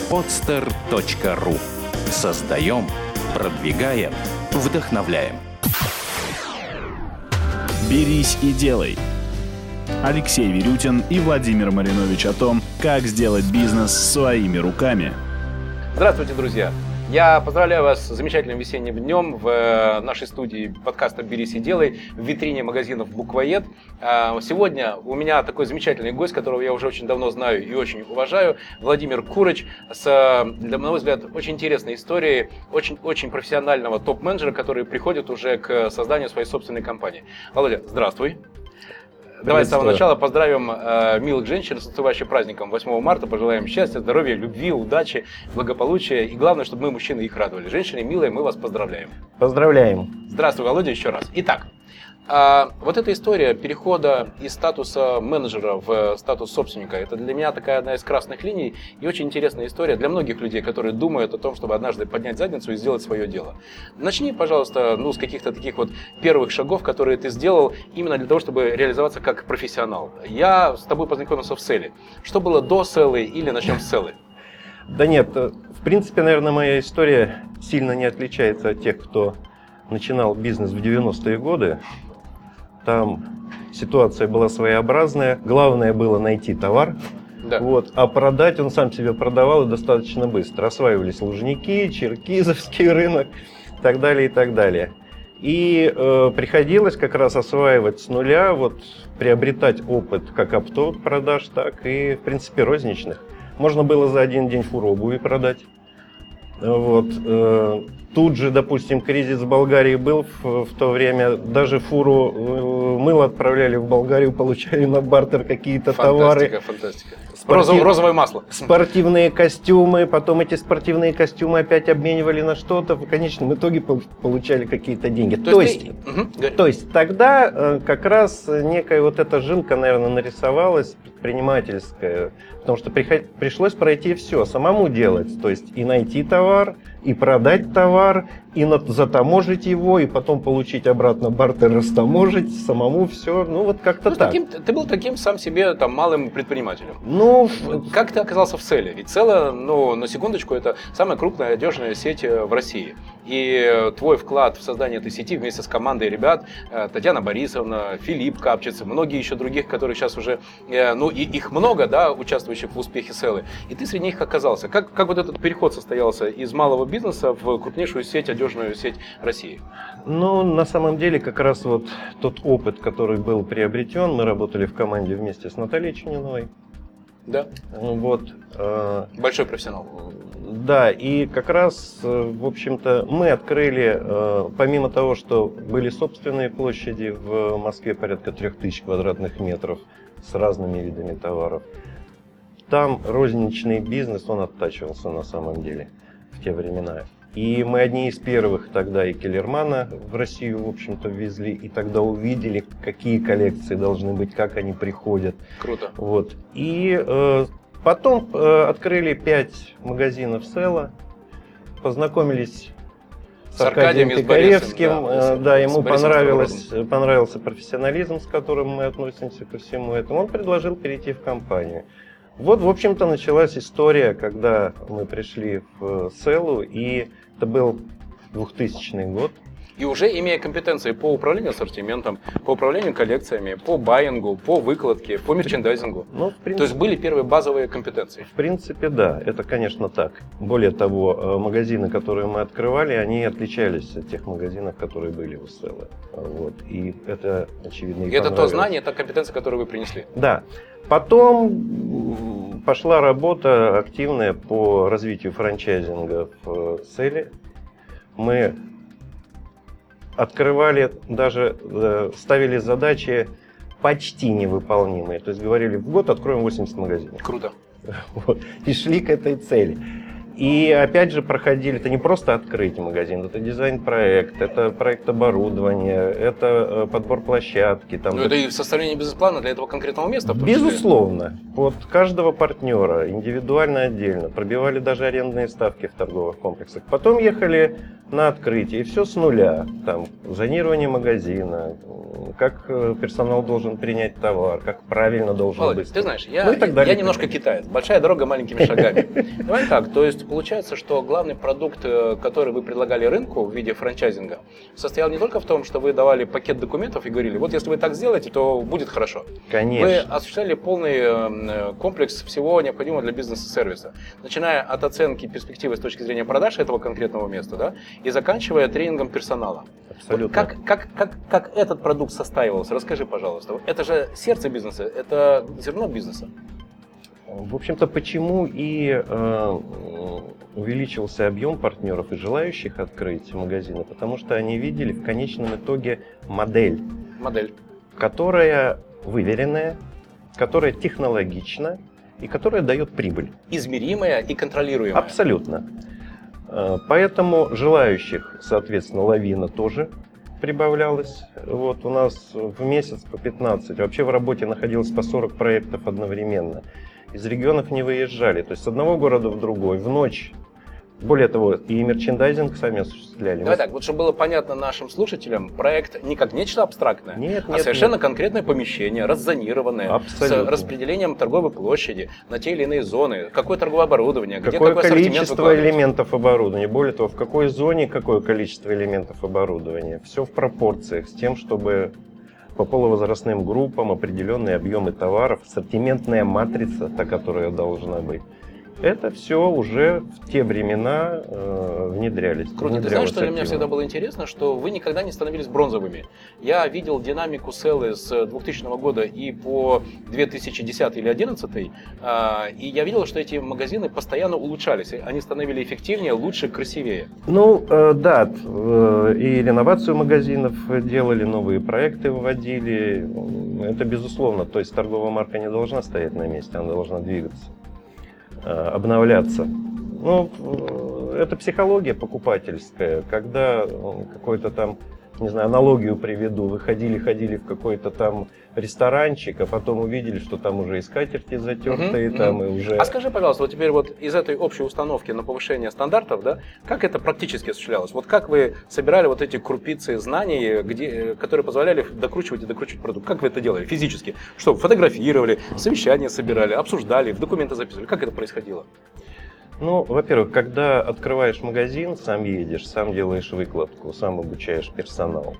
podster.ru. Создаем, продвигаем, вдохновляем. «Берись и делай». Алексей Верютин и Владимир Маринович о том, как сделать бизнес своими руками. Здравствуйте, друзья! Я поздравляю вас с замечательным весенним днем в нашей студии подкаста «Берись и делай» в витрине магазинов «Буквоед». Сегодня у меня такой замечательный гость, которого я уже очень давно знаю и очень уважаю, Владимир Курыч, с, на мой взгляд, очень интересной историей, очень профессионального топ-менеджера, который приходит уже к созданию своей собственной компании. Володя, здравствуй! Давай с самого начала поздравим милых женщин с наступающим праздником 8 марта, пожелаем счастья, здоровья, любви, удачи, благополучия и главное, чтобы мы, мужчины, их радовали. Женщины милые, мы вас поздравляем. Поздравляем. Здравствуй, Володя, еще раз. Итак, вот эта история перехода из статуса менеджера в статус собственника, это для меня такая одна из красных линий и очень интересная история для многих людей, которые думают о том, чтобы однажды поднять задницу и сделать свое дело. Начни, пожалуйста, с каких-то таких вот первых шагов, которые ты сделал именно для того, чтобы реализоваться как профессионал. Я с тобой познакомился в Селе. Что было до Селы или начнем с Селы? Да нет, в принципе, наверное, моя история сильно не отличается от тех, кто начинал бизнес в 90-е годы. Там ситуация была своеобразная. Главное было найти товар, да. А продать он сам себе продавал и достаточно быстро. Осваивались Лужники, Черкизовский рынок и так далее, и так далее. И приходилось как раз осваивать с нуля, приобретать опыт как оптовых продаж, так и, в принципе, розничных. Можно было за один день фуру обуви продать. Тут же, допустим, кризис в Болгарии был в то время. Даже фуру мыла отправляли в Болгарию, получали на бартер какие-то товары. Фантастика. Розовое масло. Спортивные костюмы. Потом эти спортивные костюмы опять обменивали на что-то. В конечном итоге получали какие-то деньги. То есть тогда как раз некая эта жилка, наверное, нарисовалась предпринимательская. Потому что пришлось пройти все, самому делать. То есть и найти товар, и продать товар, и затаможить его, и потом получить обратно бартер, растаможить, самому все, как-то так. Ты был таким сам себе малым предпринимателем. Как ты оказался в Селе? Ведь Села, на секундочку, это самая крупная одежная сеть в России. И твой вклад в создание этой сети вместе с командой ребят, Татьяна Борисовна, Филипп Капчиц, многие еще других, которых сейчас уже, их много, да, участвующих в успехе Селы. И ты среди них оказался. Как этот переход состоялся из малого бизнеса в крупнейшую сеть, одежную сеть России? На самом деле, как раз тот опыт, который был приобретен, мы работали в команде вместе с Натальей Чуниновой. Да. Большой профессионал. Да, и как раз, в общем-то, мы открыли, помимо того, что были собственные площади в Москве порядка 3000 квадратных метров с разными видами товаров, там розничный бизнес, он оттачивался на самом деле в те времена. И мы одни из первых тогда и Келлермана в Россию, в общем-то, ввезли, и тогда увидели, какие коллекции должны быть, как они приходят. Круто. И потом открыли 5 магазинов Села, познакомились с Аркадием Пикаревским. Да, ему понравился профессионализм, с которым мы относимся ко всему этому. Он предложил перейти в компанию. В общем-то, началась история, когда мы пришли в Селу, и это был 2000 год. И уже имея компетенции по управлению ассортиментом, по управлению коллекциями, по байингу, по выкладке, по мерчендайзингу. То есть были первые базовые компетенции. В принципе, да, это, конечно, так. Более того, магазины, которые мы открывали, они отличались от тех магазинов, которые были у Селы. И это, очевидно, и это то знание, та компетенция, которую вы принесли. Да. Потом пошла работа активная по развитию франчайзинга в Селе. Мы открывали, даже ставили задачи почти невыполнимые. То есть говорили, в год откроем 80 магазинов. Круто. И шли к этой цели. И опять же проходили, это не просто открыть магазин, это дизайн-проект, это проект оборудования, это подбор площадки. Там, Ну, это и составление бизнес-плана для этого конкретного места, в том числе. Безусловно. Под каждого партнера, индивидуально, отдельно. Пробивали даже арендные ставки в торговых комплексах. Потом ехали на открытие, и все с нуля. Там зонирование магазина, как персонал должен принять товар, как правильно должен Володя, быть. ты знаешь, Ну и так далее, я немножко китаец. Большая дорога маленькими шагами. Давай так, то есть получается, что главный продукт, который вы предлагали рынку в виде франчайзинга, состоял не только в том, что вы давали пакет документов и говорили, вот если вы так сделаете, то будет хорошо. Конечно. Вы осуществляли полный комплекс всего необходимого для бизнес-сервиса, начиная от оценки перспективы с точки зрения продаж этого конкретного места, да, и заканчивая тренингом персонала. Абсолютно. Вот как этот продукт состаивался? Расскажи, пожалуйста. Это же сердце бизнеса, это зерно бизнеса. В общем-то, почему и увеличился объем партнеров и желающих открыть магазины? Потому что они видели в конечном итоге модель, которая выверенная, которая технологична и которая дает прибыль. Измеримая и контролируемая. Абсолютно. Поэтому желающих, соответственно, лавина тоже прибавлялась. Вот у нас в месяц по 15, вообще в работе находилось по 40 проектов одновременно. Из регионов не выезжали, то есть с одного города в другой, в ночь. Более того, и мерчендайзинг сами осуществляли. Давай так, вот чтобы было понятно нашим слушателям, проект не как нечто абстрактное, Нет, а совершенно конкретное помещение, раззонированное, абсолютно. с распределением торговой площади на те или иные зоны, какое торговое оборудование, где какое какой ассортимент количество выкладывать. элементов оборудования, более того, в какой зоне какое количество элементов оборудования. Все в пропорциях с тем, чтобы по полувозрастным группам определенные объемы товаров, ассортиментная матрица, та, которая должна быть. Это все уже в те времена внедрялись. Круто. Ты знаешь, что для меня всегда было интересно, что вы никогда не становились бронзовыми. Я видел динамику Селлы с 2000 года и по 2010 или 2011, и я видел, что эти магазины постоянно улучшались. Они становились эффективнее, лучше, красивее. Ну, да, и реновацию магазинов делали, новые проекты вводили. Это безусловно. То есть торговая марка не должна стоять на месте, она должна двигаться, обновляться. Ну, это психология покупательская, когда какой-то там, не знаю, аналогию приведу, вы ходили в какой-то там ресторанчик, а потом увидели, что там уже и скатерти затертые, там и уже... А скажи, пожалуйста, вот теперь вот из этой общей установки на повышение стандартов, да, как это практически осуществлялось? Вот как вы собирали вот эти крупицы знаний, которые позволяли докручивать и докручивать продукт? Как вы это делали физически? Что, фотографировали, совещания собирали, обсуждали, в документы записывали? Как это происходило? Ну, во-первых, когда открываешь магазин, сам едешь, сам делаешь выкладку, сам обучаешь персонал,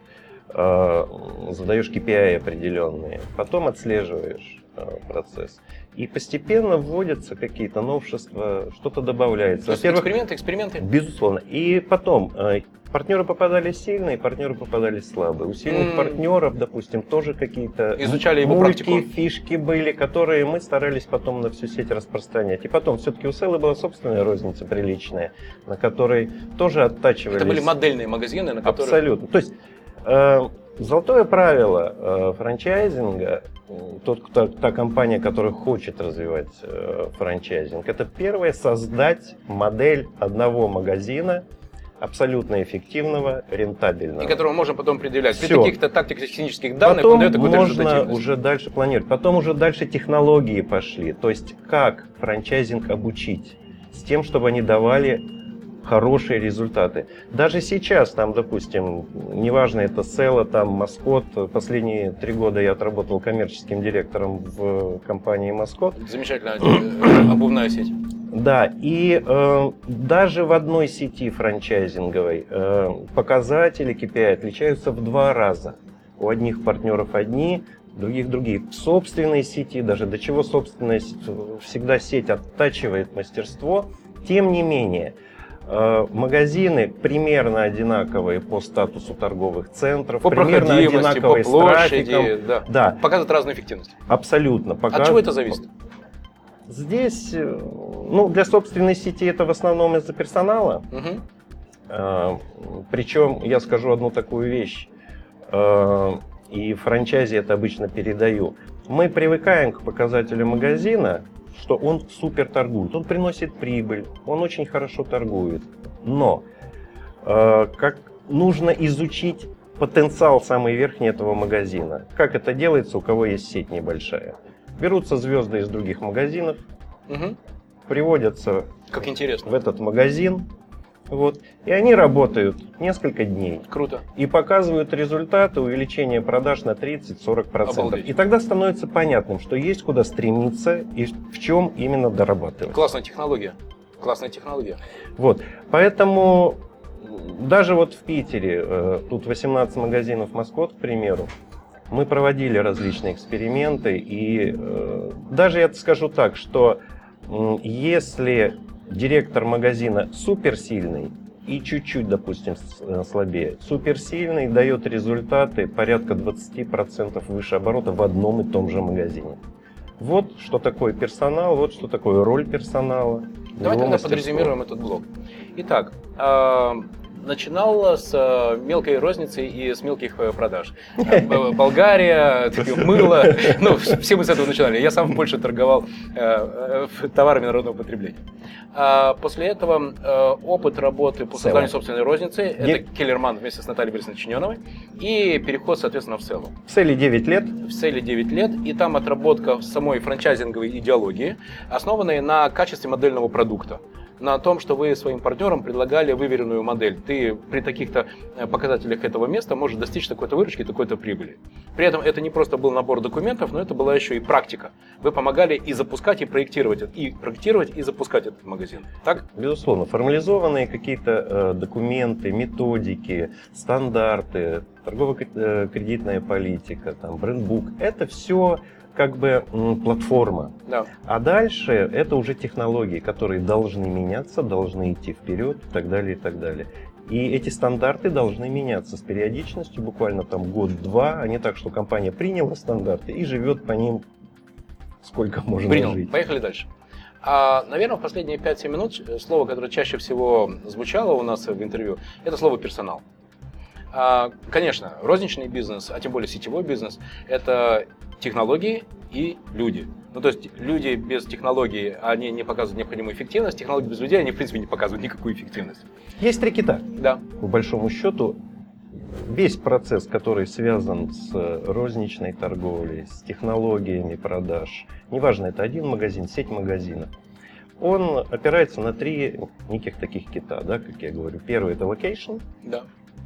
задаешь KPI определенные, потом отслеживаешь процесс. И постепенно вводятся какие-то новшества, что-то добавляется. То есть Во-первых, эксперименты? Безусловно. И потом, партнеры попадались сильные, партнеры попадались слабые. У сильных партнеров, допустим, тоже какие-то изучали его практику. фишки были, которые мы старались потом на всю сеть распространять. И потом, все-таки у Селлы была собственная розница приличная, на которой тоже оттачивались. Это были модельные магазины, на которые... Абсолютно. То есть, золотое правило франчайзинга, та компания, которая хочет развивать франчайзинг, это первое — создать модель одного магазина, абсолютно эффективного, рентабельного. И которого можно потом предъявлять. При Всё. каких-то тактико-технических данных Потом он дает какую-то можно результативность. уже дальше планировать. Потом уже дальше технологии пошли. То есть как франчайзинг обучить с тем, чтобы они давали хорошие результаты. Даже сейчас, там, допустим, неважно, это Селла, там, Маскот. Последние 3 года я отработал коммерческим директором в компании Маскот. Замечательная обувная сеть. Да, и даже в одной сети франчайзинговой показатели KPI отличаются в 2 раза. У одних партнеров одни, других другие. В собственной сети, даже до чего собственность, всегда сеть оттачивает мастерство. Тем не менее, магазины примерно одинаковые по статусу торговых центров, по примерно одинаковые по площади, с трафиком. Да. Показывают разную эффективность. Абсолютно. От чего это зависит? Здесь, ну, для собственной сети это в основном из-за персонала. Причем я скажу одну такую вещь, и в франчайзе это обычно передаю. Мы привыкаем к показателю магазина, что он супер торгует. Он приносит прибыль, он очень хорошо торгует. Но как нужно изучить потенциал самый верхний этого магазина. Как это делается, у кого есть сеть небольшая. Берутся звезды из других магазинов, приводятся Как интересно. в этот магазин, вот, и они работают несколько дней. Круто. И показывают результаты увеличения продаж на 30-40%. Обалдеть. И тогда становится понятным, что есть куда стремиться и в чем именно дорабатывать. Классная технология. Классная технология. Вот. Поэтому даже вот в Питере, тут 18 магазинов Маскот, к примеру, мы проводили различные эксперименты. И даже я скажу так, что если директор магазина суперсильный и чуть-чуть, допустим, слабее, суперсильный дает результаты порядка 20% выше оборота в одном и том же магазине. Вот что такое персонал, вот что такое роль персонала. Давайте тогда подрезюмируем этот блок. Итак, начинал с мелкой розницы и с мелких продаж. Болгария, мыло. Ну, все мы с этого начинали. Я сам в Польше торговал товарами народного потребления. После этого опыт работы по созданию собственной розницы. Это Келлерман вместе с Натальей Борисовной Чиненовой. И переход, соответственно, в Целу. В Целе 9 лет. В Целе 9 лет. И там отработка самой франчайзинговой идеологии, основанной на качестве модельного продукта. На том, что вы своим партнерам предлагали выверенную модель. Ты при таких-то показателях этого места можешь достичь такой-то выручки, такой-то прибыли. При этом это не просто был набор документов, но это была еще и практика. Вы помогали и запускать, и проектировать, и запускать этот магазин. Так? Безусловно, формализованные какие-то документы, методики, стандарты, торгово-кредитная политика, там, брендбук. Это все как бы платформа. Да. А дальше это уже технологии, которые должны меняться, должны идти вперед и так далее, и так далее. И эти стандарты должны меняться с периодичностью, буквально там год-два, а не так, что компания приняла стандарты и живет по ним сколько можно жить. Поехали дальше. Наверное, в последние 5-7 минут слово, которое чаще всего звучало у нас в интервью, это слово «персонал». Конечно, розничный бизнес, а тем более сетевой бизнес, это технологии и люди. Ну, то есть люди без технологий, они не показывают необходимую эффективность, технологии без людей, они в принципе не показывают никакую эффективность. Есть три кита. Да. По большому счету, весь процесс, который связан с розничной торговлей, с технологиями продаж, неважно, это один магазин, сеть магазинов, он опирается на три неких таких кита, да, как я говорю. Первый – это location. Да.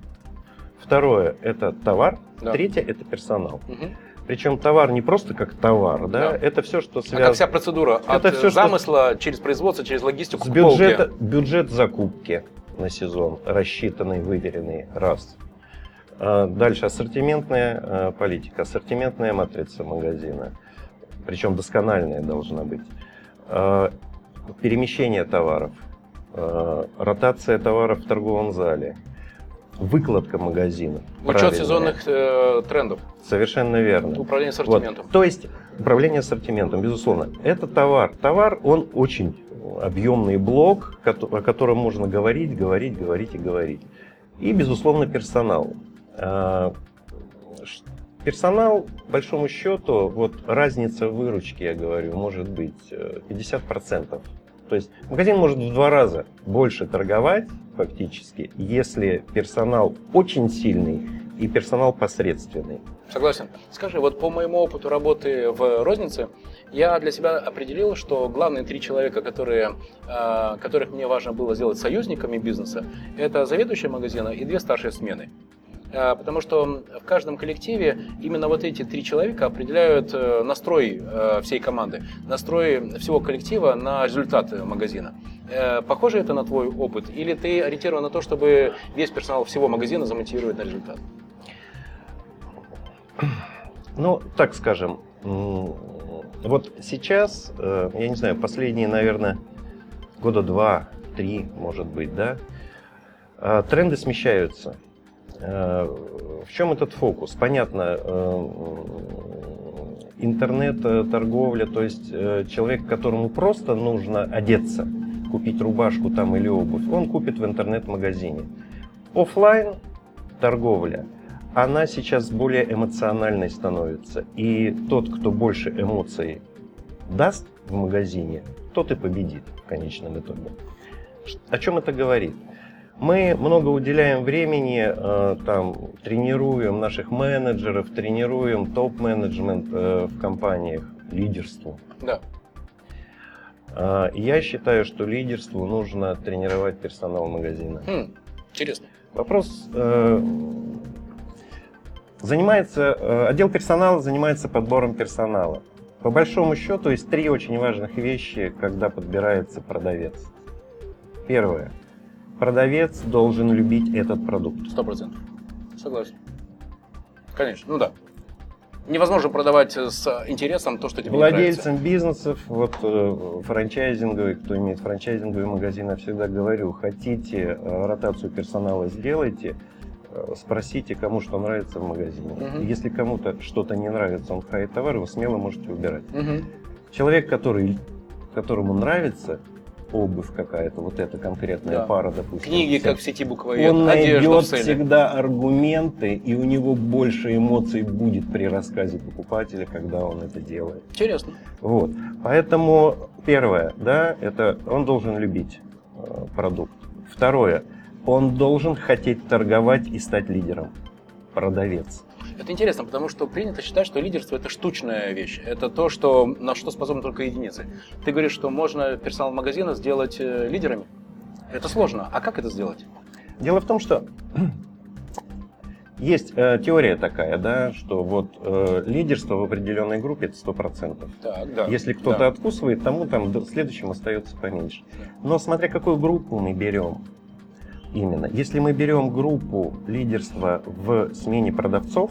Второе – это товар. Да. Третье – это персонал. Угу. Причем товар не просто как товар, да? Это все, что связано... как вся процедура, это от все, замысла, через производство, через логистику, с к бюджета, полке. бюджет закупки на сезон, рассчитанный, выверенный, раз. Дальше ассортиментная политика, ассортиментная матрица магазина, причем доскональная должна быть. Перемещение товаров, ротация товаров в торговом зале, выкладка магазина. Учет сезонных трендов. Совершенно верно. Управление ассортиментом. Вот. То есть управление ассортиментом, безусловно. Это товар. Товар, он очень объемный блок, о котором можно говорить. И, безусловно, персонал. Персонал, по большому счету, вот разница в выручке, я говорю, может быть 50%. То есть магазин может в 2 раза больше торговать фактически, если персонал очень сильный и персонал посредственный. Согласен. Скажи, вот по моему опыту работы в рознице, я для себя определил, что главные 3 человека, которых мне важно было сделать союзниками бизнеса, это заведующий магазина и 2 старшие смены. Потому что в каждом коллективе именно вот эти 3 человека определяют настрой всей команды, настрой всего коллектива на результат магазина. Похоже это на твой опыт? Или ты ориентирован на то, чтобы весь персонал всего магазина замотивировать на результат? Ну, так скажем, вот сейчас, я не знаю, последние, наверное, года 2-3, может быть, да, тренды смещаются. В чем этот фокус? Понятно, интернет-торговля, то есть человек, которому просто нужно одеться, купить рубашку там или обувь, он купит в интернет-магазине. Оффлайн торговля, она сейчас более эмоциональной становится. И тот, кто больше эмоций даст в магазине, тот и победит в конечном итоге. О чем это говорит? Мы много уделяем времени, тренируем наших менеджеров, тренируем топ-менеджмент в компаниях лидерству. Да. Я считаю, что лидерству нужно тренировать персонал магазина. Интересно. Вопрос. Отдел персонала занимается подбором персонала. По большому счету есть три очень важных вещи, когда подбирается продавец. Первое. Продавец должен любить этот продукт. 100%. Согласен. Конечно, ну да. Невозможно продавать с интересом то, что тебе Владельцам не нравится. бизнесов, франчайзинговый, кто имеет франчайзинговый магазин, я всегда говорю, хотите ротацию персонала, сделайте, спросите, кому что нравится в магазине. Если кому-то что-то не нравится, он хаит товар, вы смело можете убирать. Человек, которому нравится обувь какая-то, вот эта конкретная пара, допустим. Книги, как в сети Буквоед, он одежда найдет в селе. всегда аргументы, и у него больше эмоций будет при рассказе покупателя, когда он это делает. Интересно. Вот. Поэтому первое, да, это он должен любить продукт. Второе, он должен хотеть торговать и стать лидером. Продавец. Это интересно, потому что принято считать, что лидерство – это штучная вещь. Это то, на что способны только единицы. Ты говоришь, что можно персонал магазина сделать лидерами. Это сложно. А как это сделать? Дело в том, что есть теория такая, да, что вот лидерство в определенной группе – это 100%. Так, да. Если кто-то откусывает, тому там следующим остается поменьше. Но смотря какую группу мы берем. Именно. Если мы берем группу лидерства в смене продавцов,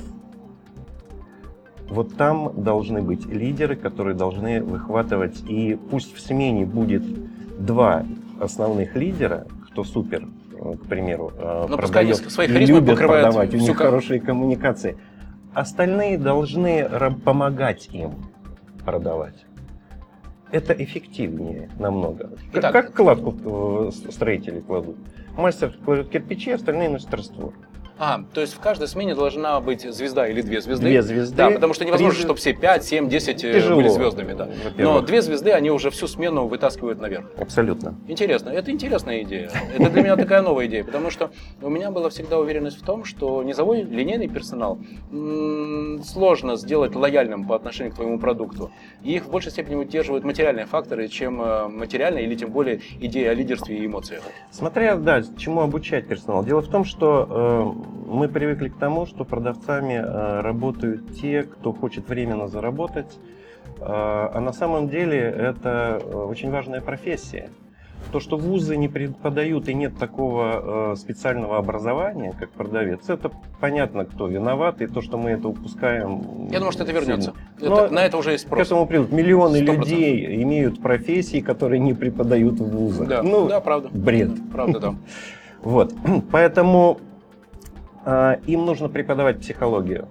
вот там должны быть лидеры, которые должны выхватывать. И пусть в смене будет два основных лидера, кто супер, к примеру, продает и любят продавать, у них хорошие коммуникации. Остальные должны помогать им продавать. Это эффективнее намного. Итак, как кладку строители кладут. Мастер кладет кирпичи, остальные носят раствор. То есть в каждой смене должна быть звезда или две звезды? Две звезды. Да, потому что невозможно, чтобы все 5, 7, 10 были звездами. Да. Но две звезды, они уже всю смену вытаскивают наверх. Абсолютно. Интересно. Это интересная идея. Это для меня такая новая идея, потому что у меня была всегда уверенность в том, что низовой линейный персонал сложно сделать лояльным по отношению к твоему продукту. И их в большей степени удерживают материальные факторы, чем материальные или тем более идеи о лидерстве и эмоциях. Смотря, да, чему обучать персонал. Дело в том, что мы привыкли к тому, что продавцами работают те, кто хочет временно заработать, а на самом деле это очень важная профессия. То, что вузы не преподают и нет такого специального образования, как продавец, это понятно, кто виноват, и то, что мы это упускаем. Я думаю, что это вернется. На это уже есть спрос. К этому придут. Миллионы 100%. людей имеют профессии, которые не преподают в вузах. Да, да, правда. Бред. Правда, да. Вот. Поэтому им нужно преподавать психологию.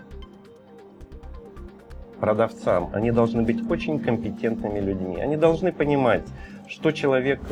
Продавцам. Они должны быть очень компетентными людьми. Они должны понимать, что человек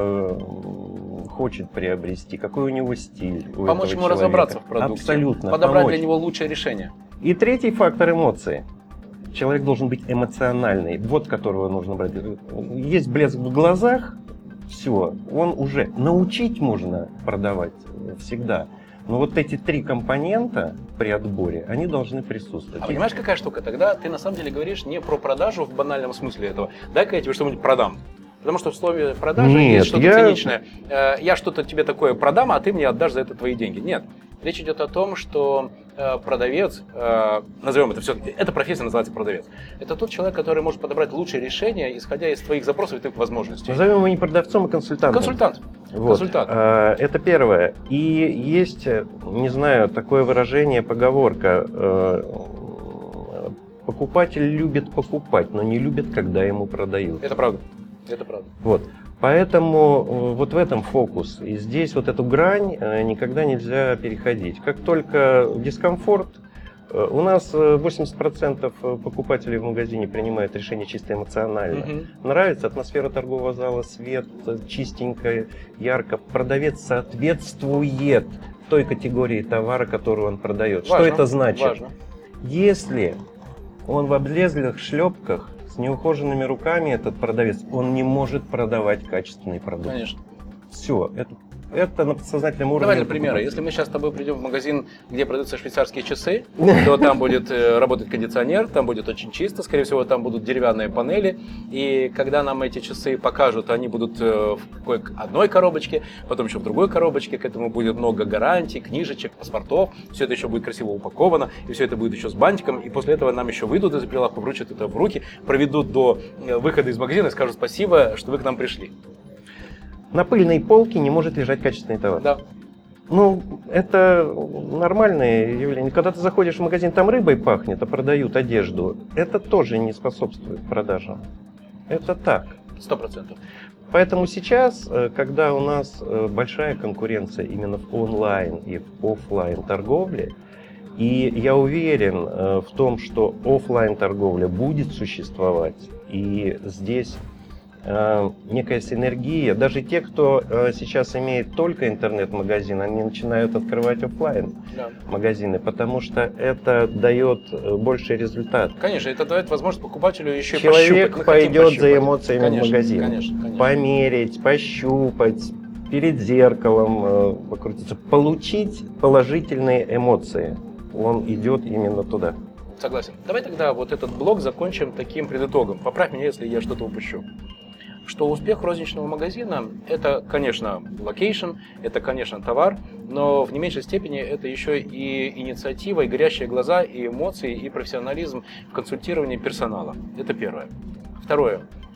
хочет приобрести, какой у него стиль. Помочь ему разобраться в продукте. Абсолютно. Подобрать для него лучшее решение. И третий фактор — эмоции. Человек должен быть эмоциональный, вот которого нужно брать. Есть блеск в глазах, все, он уже. Научить можно продавать всегда. Но вот эти три компонента при отборе, они должны присутствовать. А понимаешь, какая штука? Тогда ты на самом деле говоришь не про продажу в банальном смысле этого. Дай-ка я тебе что-нибудь продам. Потому что в слове продажа есть что-то циничное. Я что-то тебе такое продам, а ты мне отдашь за это твои деньги. Нет. Речь идет о том, что продавец, назовем это все, эта профессия называется продавец. Это тот человек, который может подобрать лучшее решение, исходя из твоих запросов и твоих возможностей. Назовем его не продавцом, а консультантом. Консультант. Вот. Консультант. Это первое. И есть, не знаю, такое выражение, поговорка. Покупатель любит покупать, но не любит, когда ему продают. Это правда. Это правда. Вот. Поэтому вот в этом фокус. И здесь вот эту грань никогда нельзя переходить. Как только дискомфорт, у нас 80% покупателей в магазине принимают решение чисто эмоционально. Нравится атмосфера торгового зала, свет, чистенько, ярко. Продавец соответствует той категории товара, которую он продает. Важно, что это значит? Важно. Если он в облезлых шлепках С неухоженными руками этот продавец, он не может продавать качественный продукт. Конечно. Все, это на подсознательном уровне. Давай для примера. Если мы сейчас с тобой придем в магазин, где продаются швейцарские часы, то там будет работать кондиционер, там будет очень чисто, скорее всего, там будут деревянные панели. И когда нам эти часы покажут, они будут в одной коробочке, потом еще в другой коробочке, к этому будет много гарантий, книжечек, паспортов. Все это еще будет красиво упаковано, и все это будет еще с бантиком. И после этого нам еще выйдут из прилавка, вручат это в руки, проведут до выхода из магазина и скажут спасибо, что вы к нам пришли. На пыльной полке не может лежать качественный товар. Да. Ну, это нормальное явление. Когда ты заходишь в магазин, там рыбой пахнет, а продают одежду, это тоже не способствует продажам. Это так. 100%. Поэтому сейчас, когда у нас большая конкуренция именно в онлайн и в офлайн торговле, и я уверен в том, что офлайн торговля будет существовать, и здесь некая синергия. Даже те, кто сейчас имеет только интернет-магазин, они начинают открывать офлайн магазины, потому что это дает больший результат. Конечно, это дает возможность покупателю еще Человек пощупать. пойдет за эмоциями конечно, в магазин. Конечно. Померить, пощупать, перед зеркалом покрутиться, получить положительные эмоции. Он идет именно туда. Согласен. Давай тогда вот этот блок закончим таким предитогом. Поправь меня, если я что-то упущу. Что успех розничного магазина – это, конечно, локейшн, это, конечно, товар, но в не меньшей степени это еще и инициатива, и горящие глаза, и эмоции, и профессионализм в консультировании персонала. Это первое. Второе.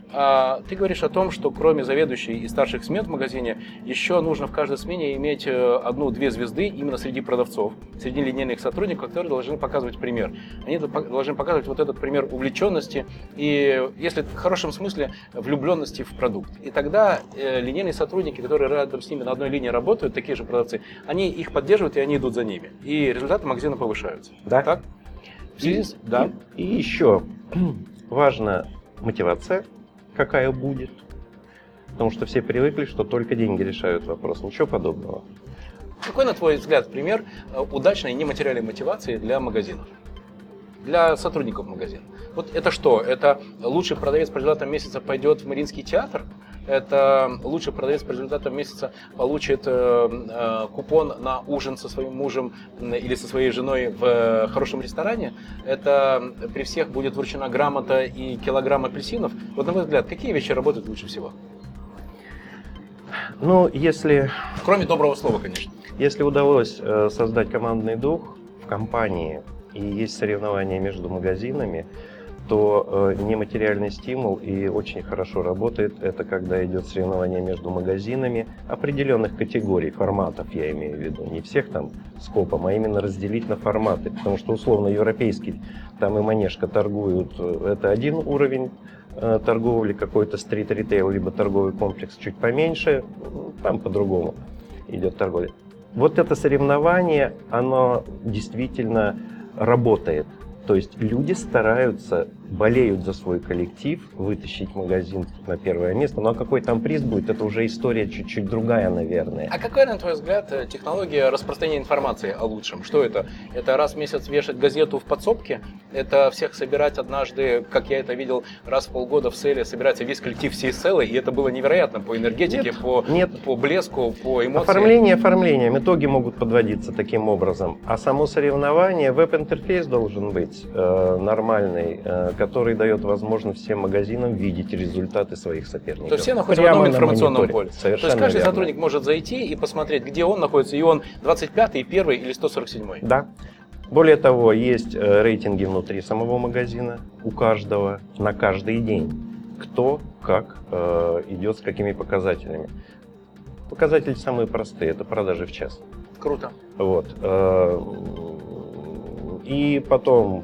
Ты говоришь о том, что кроме заведующей и старших смен в магазине, еще нужно в каждой смене иметь 1-2 звезды именно среди продавцов, среди линейных сотрудников, которые должны показывать пример. Они должны показывать вот этот пример увлеченности и, если в хорошем смысле, влюбленности в продукт. И тогда линейные сотрудники, которые рядом с ними на одной линии работают, такие же продавцы, они их поддерживают и они идут за ними. И результаты магазина повышаются. Да. Так? Да. И еще важна мотивация, какая будет. Потому что все привыкли, что только деньги решают вопрос. Ничего подобного. Какой, на твой взгляд, пример удачной нематериальной мотивации для магазинов? Для сотрудников магазина. Вот это что? Это лучший продавец по результатам месяца пойдет в Мариинский театр? Это лучший продавец по результатам месяца получит купон на ужин со своим мужем или со своей женой в хорошем ресторане? Это при всех будет вручена грамота и килограмм апельсинов? Вот, на мой взгляд, какие вещи работают лучше всего? Ну, если... Кроме доброго слова, конечно. Если удалось создать командный дух в компании и есть соревнования между магазинами, то нематериальный стимул и очень хорошо работает. Это когда идет соревнование между магазинами определенных категорий, форматов я имею в виду. Не всех там скопом, а именно разделить на форматы. Потому что условно европейский, там и Манежка торгуют, это один уровень торговли, какой-то стрит-ритейл, либо торговый комплекс чуть поменьше, там по-другому идет торговля. Вот это соревнование, оно действительно работает. То есть люди стараются, болеют за свой коллектив, вытащить магазин на первое место. Ну а какой там приз будет, это уже история чуть-чуть другая, наверное. А какая, на твой взгляд, технология распространения информации о лучшем? Что это? Это раз в месяц вешать газету в подсобке? Это всех собирать однажды, как я это видел, раз в полгода в селе, собирается весь коллектив всей селы, и это было невероятно по энергетике, по блеску, по эмоциям? Оформлением. Итоги могут подводиться таким образом. А само соревнование, веб-интерфейс должен быть нормальный, который дает возможность всем магазинам видеть результаты своих соперников. То есть все находятся в одном информационном поле. Совершенно То есть каждый верно. сотрудник может зайти и посмотреть, где он находится, и он 25-й, 1-й или 147-й. Да. Более того, есть рейтинги внутри самого магазина у каждого на каждый день. Кто, как идет, с какими показателями. Показатели самые простые, это продажи в час. Круто. Вот. И потом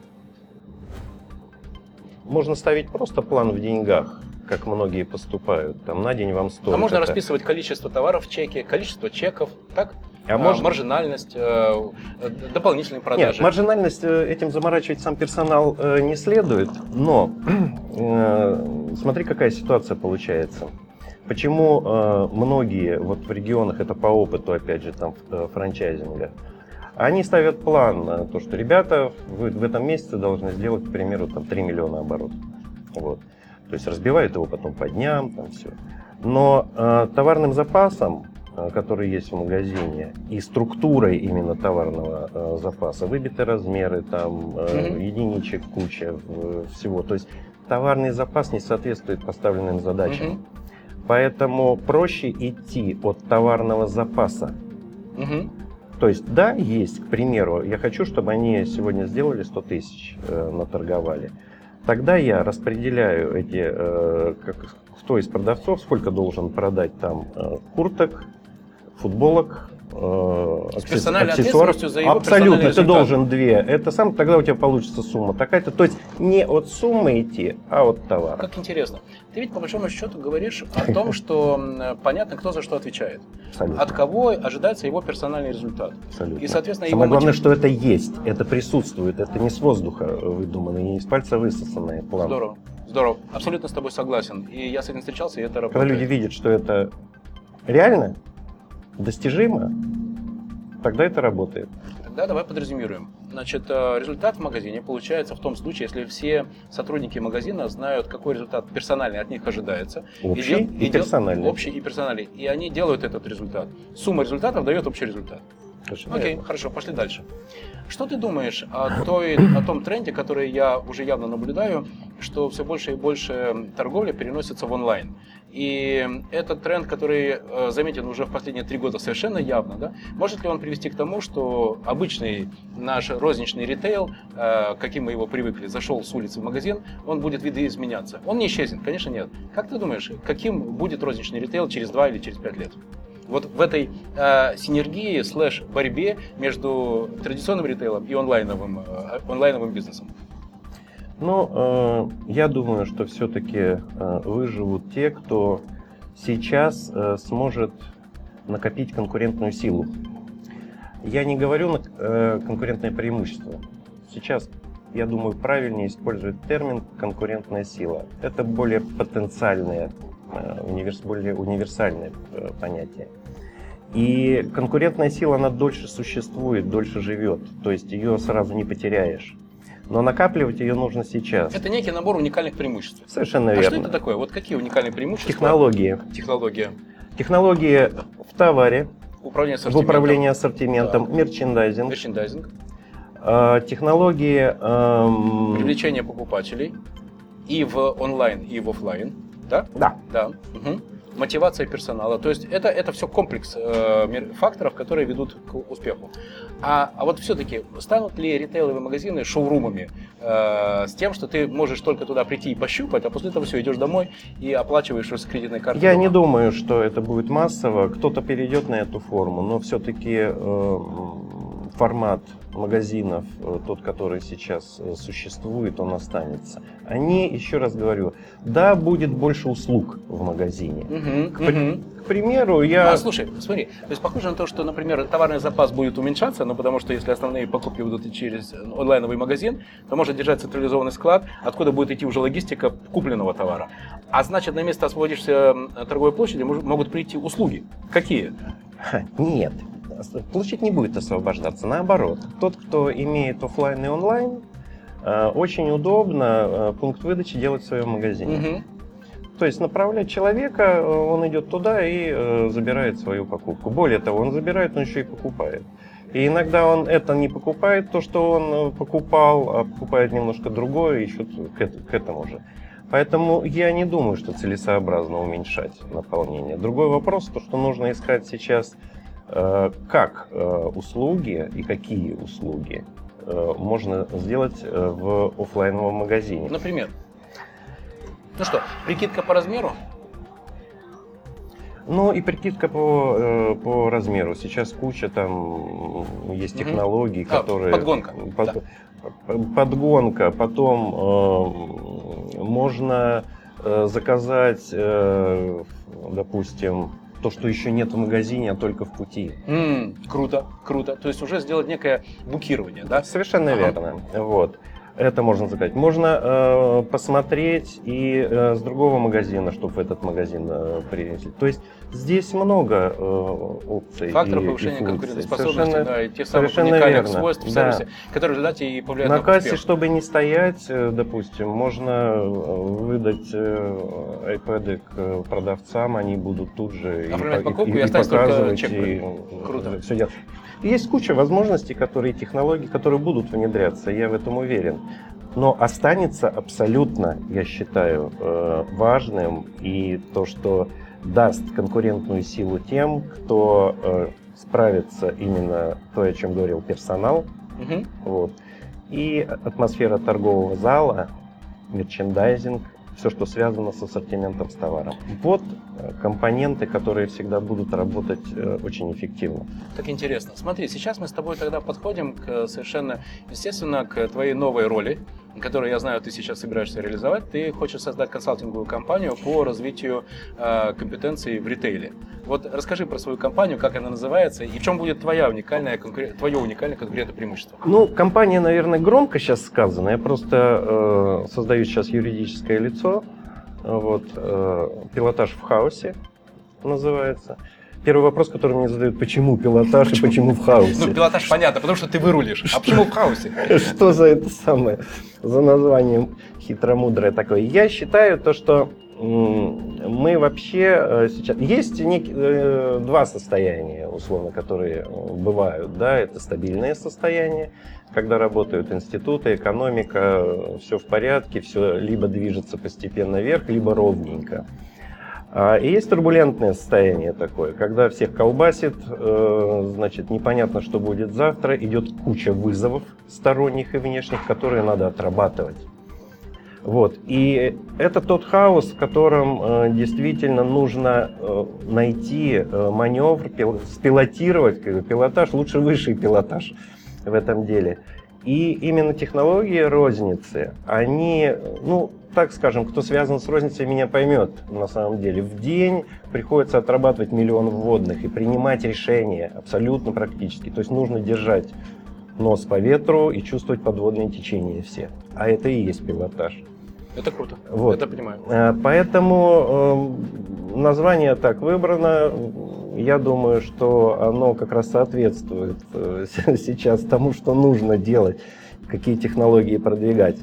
можно ставить просто план в деньгах, как многие поступают. Там на день вам стоит. А можно расписывать количество товаров в чеке, количество чеков, так? Можно... Маржинальность, дополнительные продажи. Нет, маржинальность, этим заморачивать сам персонал не следует, но смотри, какая ситуация получается. Почему многие вот в регионах, это по опыту, опять же, там франчайзинга, они ставят план на то, что ребята, вы в этом месяце должны сделать, к примеру, там, 3 миллиона оборотов. Вот. То есть разбивают его потом по дням, там все. Но товарным запасом, который есть в магазине, и структурой именно товарного запаса, выбиты размеры, там единичек куча всего. То есть товарный запас не соответствует поставленным задачам. Поэтому проще идти от товарного запаса. То есть, да, есть, к примеру, я хочу, чтобы они сегодня сделали 100 тысяч, наторговали. Тогда я распределяю эти, кто из продавцов сколько должен продать там курток, футболок, аксессуаров. За его абсолютно, ты должен 2. Это сам, тогда у тебя получится сумма такая-то. То есть не от суммы идти, а от товара. Как интересно. Ты ведь по большому счету говоришь о том, что понятно, кто за что отвечает. Абсолютно. От кого ожидается его персональный результат. Абсолютно. И, соответственно, самое его главное, что это есть, это присутствует, это не с воздуха выдуманное, не из пальца высосанное. План. Здорово. Здорово. Абсолютно с тобой согласен. И я с этим встречался, и это работает. Когда люди видят, что это реально, достижимо, тогда это работает. Тогда давай подрезюмируем. Значит, результат в магазине получается в том случае, если все сотрудники магазина знают, какой результат персональный от них ожидается. Общий и персональный. Общий и персональный. И они делают этот результат. Сумма результатов дает общий результат. Окей, хорошо, пошли дальше. Что ты думаешь о том тренде, который я уже явно наблюдаю, что все больше и больше торговли переносится в онлайн? И этот тренд, который заметен уже в последние 3 года совершенно явно, да? Может ли он привести к тому, что обычный наш розничный ритейл, каким мы его привыкли, зашел с улицы в магазин, он будет видоизменяться? Он не исчезнет, конечно, нет. Как ты думаешь, каким будет розничный ритейл через 2 или через 5 лет? Вот в этой синергии / борьбе между традиционным ритейлом и онлайновым бизнесом? Ну, я думаю, что все-таки выживут те, кто сейчас сможет накопить конкурентную силу. Я не говорю конкурентное преимущество. Сейчас, я думаю, правильнее использовать термин «конкурентная сила». Это более потенциальное, более универсальное понятие. И конкурентная сила, она дольше существует, дольше живет. То есть ее сразу не потеряешь. Но накапливать ее нужно сейчас. Это некий набор уникальных преимуществ. Совершенно верно. А что это такое? Вот какие уникальные преимущества? Технологии. Технологии в товаре, в управлении ассортиментом, да. Мерчендайзинг. Технологии привлечения покупателей и в онлайн, и в офлайн. Да? Да. Угу. Мотивация персонала. То есть это все комплекс факторов, которые ведут к успеху. А вот все-таки станут ли ритейловые магазины шоурумами с тем, что ты можешь только туда прийти и пощупать, а после этого все, идешь домой и оплачиваешь с кредитной карты? Я не думаю, что это будет массово. Кто-то перейдет на эту форму, но все-таки формат магазинов, тот, который сейчас существует, он останется. Они, еще раз говорю, да, будет больше услуг в магазине. К примеру, слушай, смотри, то есть похоже на то, что, например, товарный запас будет уменьшаться, но потому что если основные покупки будут через онлайновый магазин, то может держать централизованный склад, откуда будет идти уже логистика купленного товара. А значит, на место освободившейся торговой площади могут прийти услуги. Какие? Нет. Площадь не будет освобождаться, наоборот. Тот, кто имеет офлайн и онлайн, очень удобно пункт выдачи делать в своем магазине. То есть направлять человека, он идет туда и забирает свою покупку. Более того, он забирает, но еще и покупает. И иногда он это не покупает, то, что он покупал, а покупает немножко другое, еще к этому же. Поэтому я не думаю, что целесообразно уменьшать наполнение. Другой вопрос, то, что нужно искать сейчас, как услуги и какие услуги можно сделать в офлайновом магазине. Например? Ну что, прикидка по размеру? Ну и прикидка по размеру. Сейчас куча там есть технологий, которые... Подгонка. Подгонка. Потом можно заказать, допустим, то, что еще нет в магазине, а только в пути. Круто. То есть уже сделать некое букирование, да? Совершенно верно. Вот. Это можно заказать. Можно посмотреть и с другого магазина, чтобы в этот магазин принесли. То есть здесь много опций. Факторов и повышения функций. конкурентоспособности, да, и тех самых совершенно уникальных верно. свойств в Да. сервисе, которые в результате и повлияют На на кассе, успех. чтобы не стоять, допустим, можно выдать iPad к продавцам, они будут тут же Оформлять покупку и оставить только показывать, чек. и Круто. все делать. Есть куча возможностей, технологий, которые будут внедряться, я в этом уверен. Но останется абсолютно, я считаю, важным и то, что даст конкурентную силу тем, кто справится именно то, о чем говорил персонал. Мгм. Вот. И атмосфера торгового зала, мерчендайзинг, все, что связано с ассортиментом, с товаром. Вот компоненты, которые всегда будут работать очень эффективно. Так интересно. Смотри, сейчас мы с тобой тогда подходим совершенно естественно к твоей новой роли, которую, я знаю, ты сейчас собираешься реализовать. Ты хочешь создать консалтинговую компанию по развитию компетенций в ритейле. Вот расскажи про свою компанию, как она называется и в чем будет твое уникальное конкурентное преимущество. Ну, компания, наверное, громко сейчас сказано. Я просто создаю сейчас юридическое лицо. Вот, пилотаж в хаосе называется. Первый вопрос, который мне задают: почему пилотаж и почему в хаосе? Ну, пилотаж понятно, потому что ты вырулишь. А почему в хаосе? Что за это самое, за названием хитромудрое такое? Я считаю то, что мы вообще сейчас... Есть два состояния, условно, которые бывают. Да? Это стабильное состояние, когда работают институты, экономика, все в порядке, все либо движется постепенно вверх, либо ровненько. И есть турбулентное состояние такое, когда всех колбасит, значит, непонятно, что будет завтра, идет куча вызовов сторонних и внешних, которые надо отрабатывать. Вот. И это тот хаос, в котором действительно нужно найти маневр, спилотировать, пилотаж, лучше высший пилотаж в этом деле. И именно технологии розницы, они, ну, так скажем, кто связан с розницей, меня поймет на самом деле. В день приходится отрабатывать миллион вводных и принимать решения абсолютно практически. То есть нужно держать нос по ветру и чувствовать подводные течения все. А это и есть пилотаж. Это круто, Вот. это понимаю. Поэтому название так выбрано. Я думаю, что оно как раз соответствует сейчас тому, что нужно делать, какие технологии продвигать.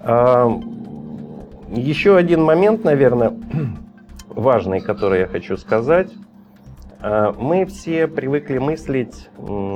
Еще один момент, наверное, важный, который я хочу сказать. Мы все привыкли мыслить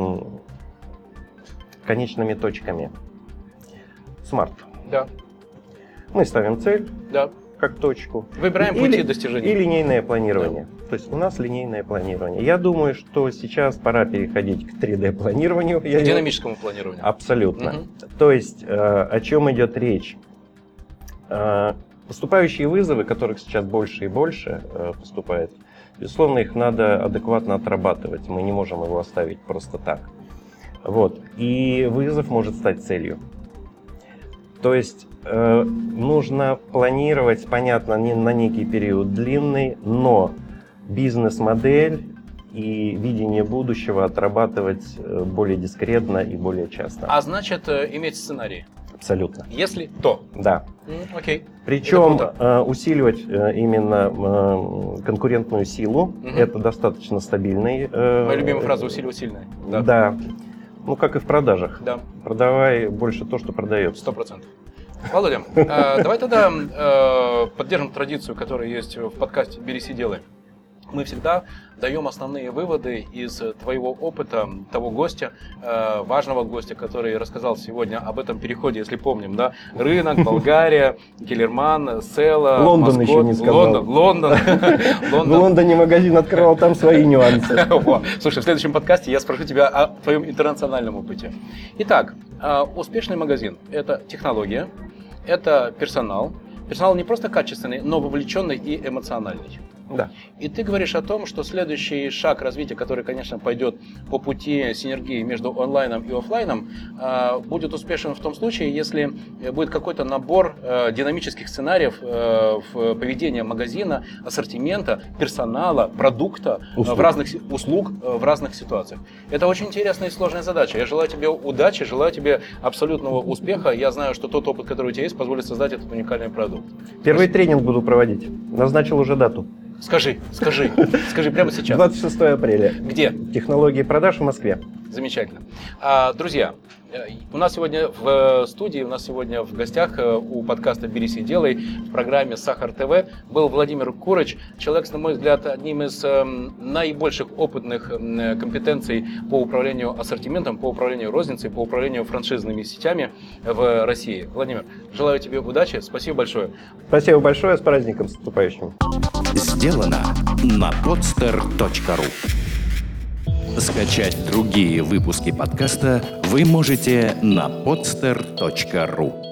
конечными точками. Смарт. Да, Мы ставим цель да. как точку. Выбираем пути достижения. И линейное планирование. То есть у нас линейное планирование. Я думаю, что сейчас пора переходить к 3D-планированию. К динамическому планированию. Абсолютно. Мгм. То есть о чем идет речь? Поступающие вызовы, которых сейчас больше и больше поступает, безусловно, их надо адекватно отрабатывать. Мы не можем его оставить просто так. Вот. И вызов может стать целью. То есть нужно планировать, понятно, на некий период длинный, но бизнес-модель и видение будущего отрабатывать более дискретно и более часто. А значит, иметь сценарий. Абсолютно. Если то. Да. Окей. Причем Это усиливать именно конкурентную силу. Мгм. Это достаточно стабильный. Моя любимая фраза: усиливать сильное. Да. Ну, как и в продажах. Да. Продавай больше то, что продается. 100%. Володя, давай тогда поддержим традицию, которая есть в подкасте «Берись и делай». Мы всегда даем основные выводы из твоего опыта, того гостя, важного гостя, который рассказал сегодня об этом переходе, если помним, да? Рынок, Болгария, Келлерман, Села, Лондон Москва, еще не сказал. Лондон. В Лондоне магазин открывал, там свои нюансы. Во. Слушай, в следующем подкасте я спрошу тебя о твоем интернациональном опыте. Итак, успешный магазин – это технология, это персонал. Персонал не просто качественный, но вовлеченный и эмоциональный. Да. И ты говоришь о том, что следующий шаг развития, который, конечно, пойдет по пути синергии между онлайном и офлайном, будет успешен в том случае, если будет какой-то набор динамических сценариев в поведении магазина, ассортимента, персонала, продукта, услуг в разных ситуациях. Это очень интересная и сложная задача. Я желаю тебе удачи, желаю тебе абсолютного успеха. Я знаю, что тот опыт, который у тебя есть, позволит создать этот уникальный продукт. Первый тренинг буду проводить. Назначил уже дату. Скажи прямо сейчас. 26 апреля. Где? Технологии продаж в Москве. Замечательно. Друзья, у нас сегодня в студии, у нас сегодня в гостях у подкаста «Берись и делай» в программе «Сахар ТВ» был Владимир Курыч, человек, на мой взгляд, одним из наибольших опытных компетенций по управлению ассортиментом, по управлению розницей, по управлению франшизными сетями в России. Владимир, желаю тебе удачи, спасибо большое. Спасибо большое, с праздником с наступающим. Сделано на podster.ru. Скачать другие выпуски подкаста вы можете на podster.ru.